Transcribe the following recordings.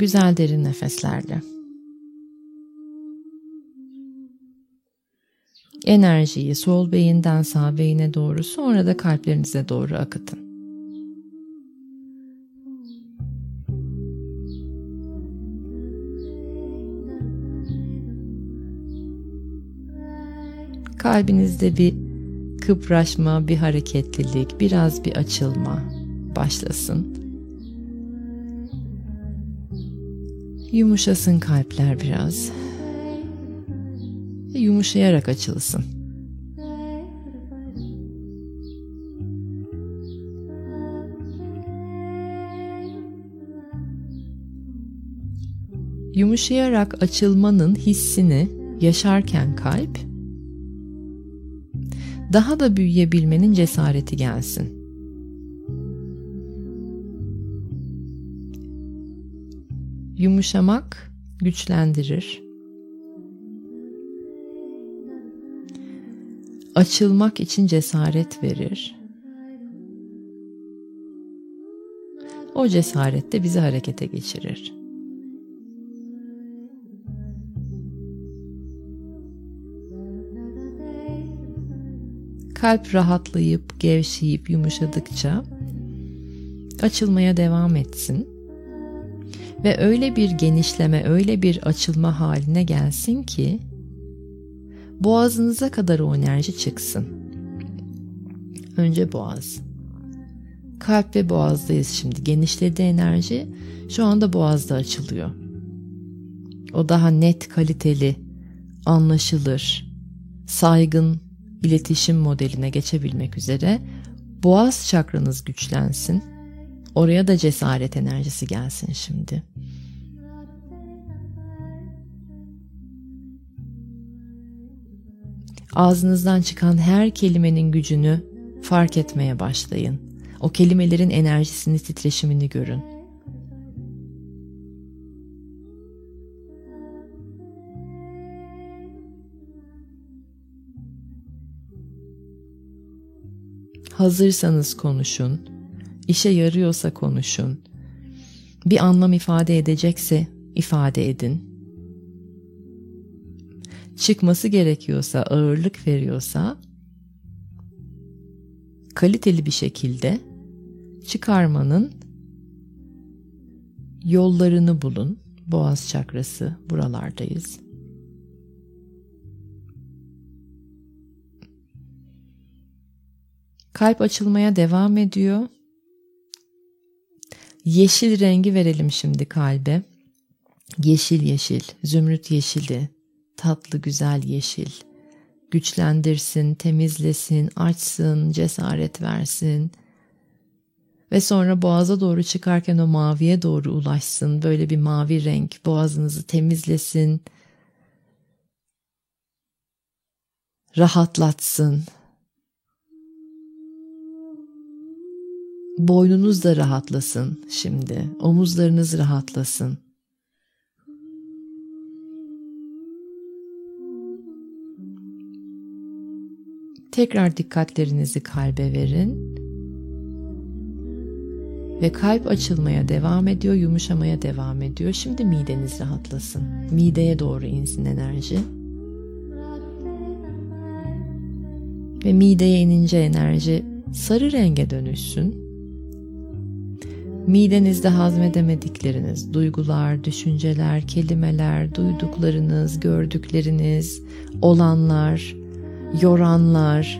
Güzel derin nefeslerle. Enerjiyi sol beyinden sağ beyine doğru, sonra da kalplerinize doğru akıtın. Kalbinizde bir kıpraşma, bir hareketlilik, biraz bir açılma başlasın. Yumuşasın kalpler biraz. Yumuşayarak açılsın. Yumuşayarak açılmanın hissini yaşarken kalp, daha da büyüyebilmenin cesareti gelsin. Yumuşamak güçlendirir. Açılmak için cesaret verir. O cesaret de bizi harekete geçirir. Kalp rahatlayıp, gevşeyip, yumuşadıkça açılmaya devam etsin. Ve öyle bir genişleme, öyle bir açılma haline gelsin ki boğazınıza kadar o enerji çıksın. Önce boğaz. Kalp ve boğazdayız şimdi. Genişledi enerji. Şu anda boğazda açılıyor. O daha net, kaliteli, anlaşılır, saygın iletişim modeline geçebilmek üzere boğaz çakranız güçlensin. Oraya da cesaret enerjisi gelsin şimdi. Ağzınızdan çıkan her kelimenin gücünü fark etmeye başlayın. O kelimelerin enerjisini, titreşimini görün. Hazırsanız konuşun, işe yarıyorsa konuşun, bir anlam ifade edecekse ifade edin. Çıkması gerekiyorsa, ağırlık veriyorsa, kaliteli bir şekilde çıkarmanın yollarını bulun. Boğaz çakrası, buralardayız. Kalp açılmaya devam ediyor. Yeşil rengi verelim şimdi kalbe. Yeşil yeşil, zümrüt yeşili, tatlı güzel yeşil. Güçlendirsin, temizlesin, açsın, cesaret versin. Ve sonra boğaza doğru çıkarken o maviye doğru ulaşsın. Böyle bir mavi renk boğazınızı temizlesin. Rahatlatsın. Boynunuz da rahatlasın şimdi. Omuzlarınız rahatlasın. Tekrar dikkatlerinizi kalbe verin. Ve kalp açılmaya devam ediyor, yumuşamaya devam ediyor. Şimdi mideniz rahatlasın. Mideye doğru insin enerji. Ve mideye inince enerji sarı renge dönüşsün. Midenizde hazmedemedikleriniz, duygular, düşünceler, kelimeler, duyduklarınız, gördükleriniz, olanlar, yoranlar,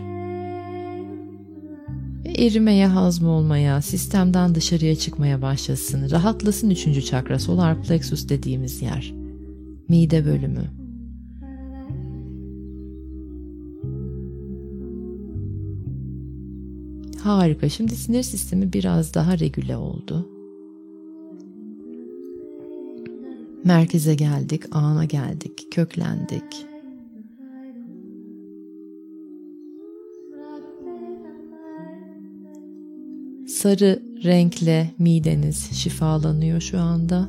erimeye, hazmolmaya, sistemden dışarıya çıkmaya başlasın. Rahatlasın 3. çakra, solar plexus dediğimiz yer. Mide bölümü. Harika. Şimdi sinir sistemi biraz daha regüle oldu. Merkeze geldik, ana geldik, köklendik. Sarı renkle mideniz şifalanıyor şu anda.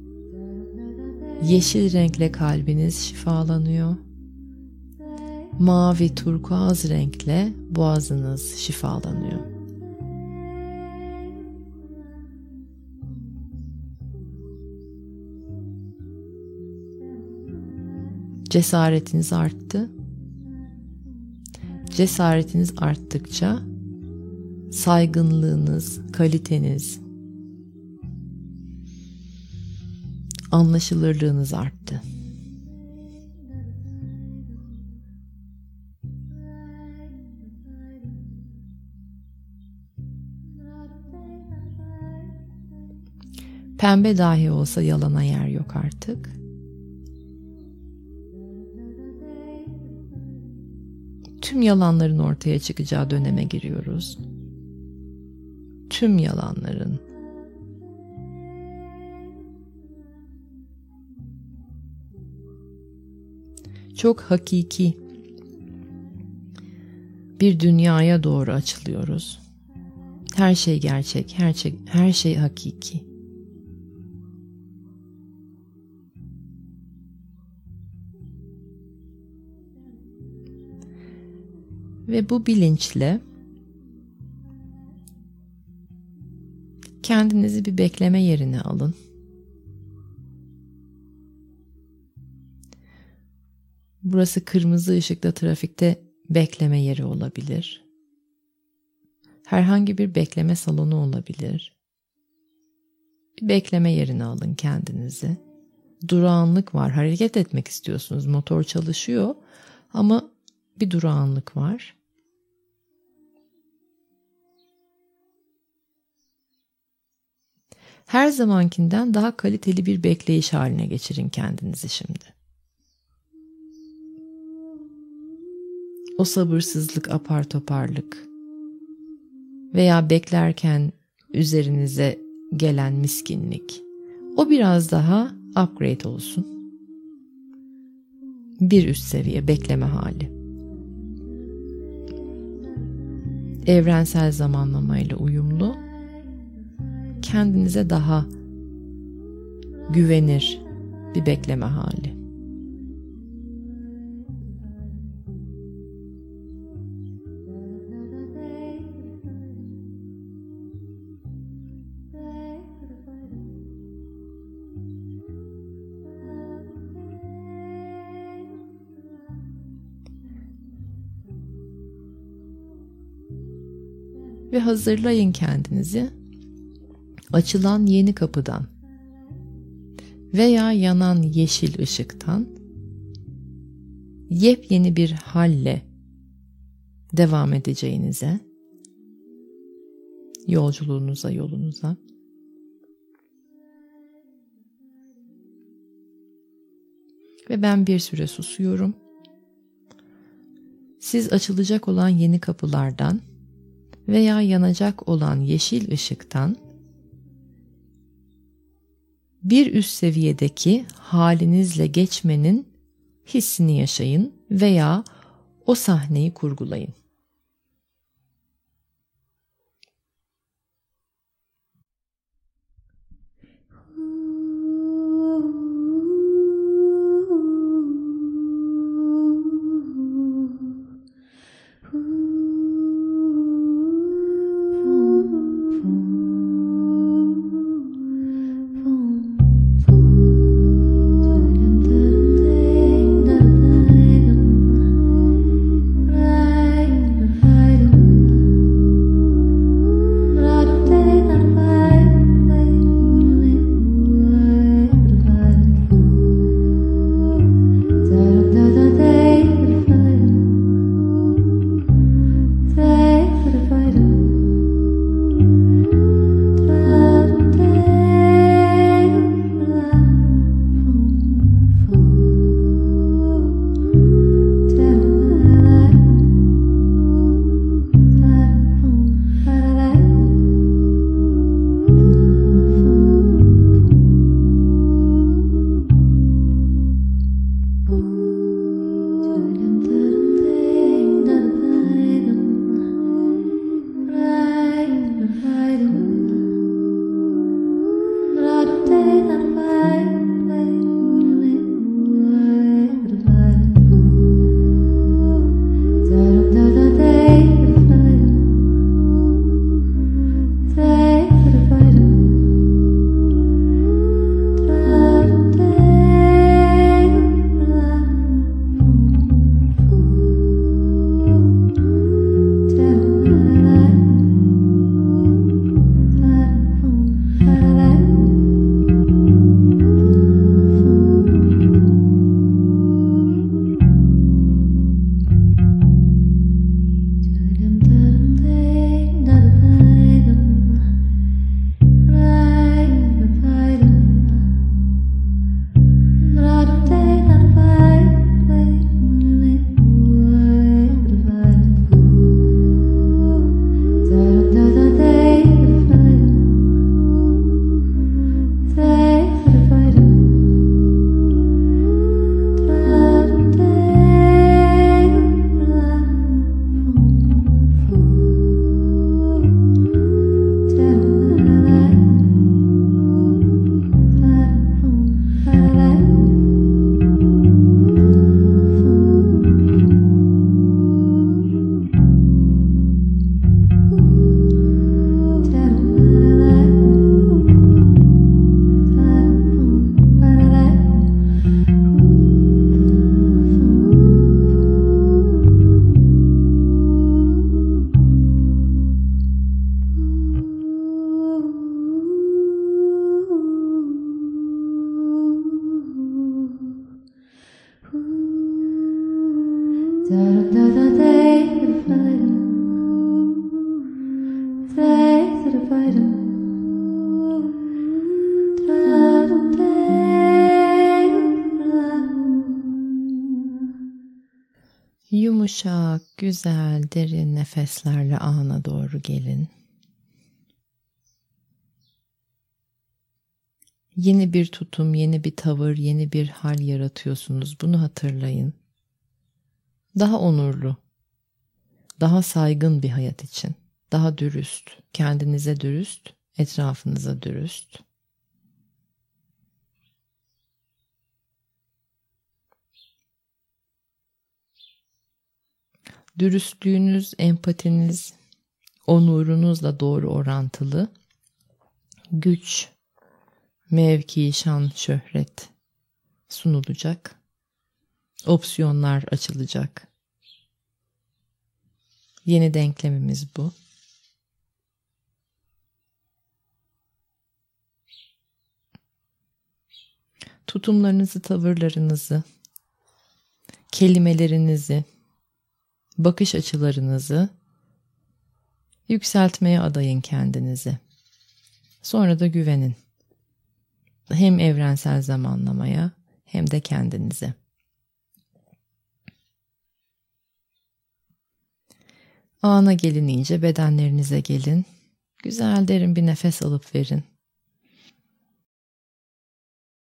Yeşil renkle kalbiniz şifalanıyor. Mavi turkuaz renkle boğazınız şifalanıyor. Cesaretiniz arttı. Cesaretiniz arttıkça saygınlığınız, kaliteniz, anlaşılırlığınız arttı. Pembe dahi olsa yalana yer yok artık. Tüm yalanların ortaya çıkacağı döneme giriyoruz. Tüm yalanların. Çok hakiki bir dünyaya doğru açılıyoruz. Her şey gerçek, her şey hakiki. Ve bu bilinçle kendinizi bir bekleme yerine alın. Burası kırmızı ışıkta trafikte bekleme yeri olabilir. Herhangi bir bekleme salonu olabilir. Bir bekleme yerine alın kendinizi. Durağanlık var, hareket etmek istiyorsunuz. Motor çalışıyor ama bir durağanlık var. Her zamankinden daha kaliteli bir bekleyiş haline geçirin kendinizi şimdi. O sabırsızlık, apar toparlık veya beklerken üzerinize gelen miskinlik, o biraz daha upgrade olsun. Bir üst seviye bekleme hali. Evrensel zamanlamayla uyumlu, kendinize daha güvenir bir bekleme hali. Ve hazırlayın kendinizi açılan yeni kapıdan veya yanan yeşil ışıktan yepyeni bir halle devam edeceğinize, yolculuğunuza, yolunuza. Ve ben bir süre susuyorum. Siz açılacak olan yeni kapılardan veya yanacak olan yeşil ışıktan bir üst seviyedeki halinizle geçmenin hissini yaşayın veya o sahneyi kurgulayın. Yumuşak, güzel, derin nefeslerle ana doğru gelin. Yeni bir tutum, yeni bir tavır, yeni bir hal yaratıyorsunuz. Bunu hatırlayın. Daha onurlu, daha saygın bir hayat için, daha dürüst, kendinize dürüst, etrafınıza dürüst. Dürüstlüğünüz, empatiniz, onurunuzla doğru orantılı. Güç, mevki, şan, şöhret sunulacak. Opsiyonlar açılacak. Yeni denklemimiz bu. Tutumlarınızı, tavırlarınızı, kelimelerinizi, bakış açılarınızı yükseltmeye adayın kendinizi. Sonra da güvenin. Hem evrensel zamanlamaya hem de kendinize. Ana gelin, ince bedenlerinize gelin. Güzel derin bir nefes alıp verin.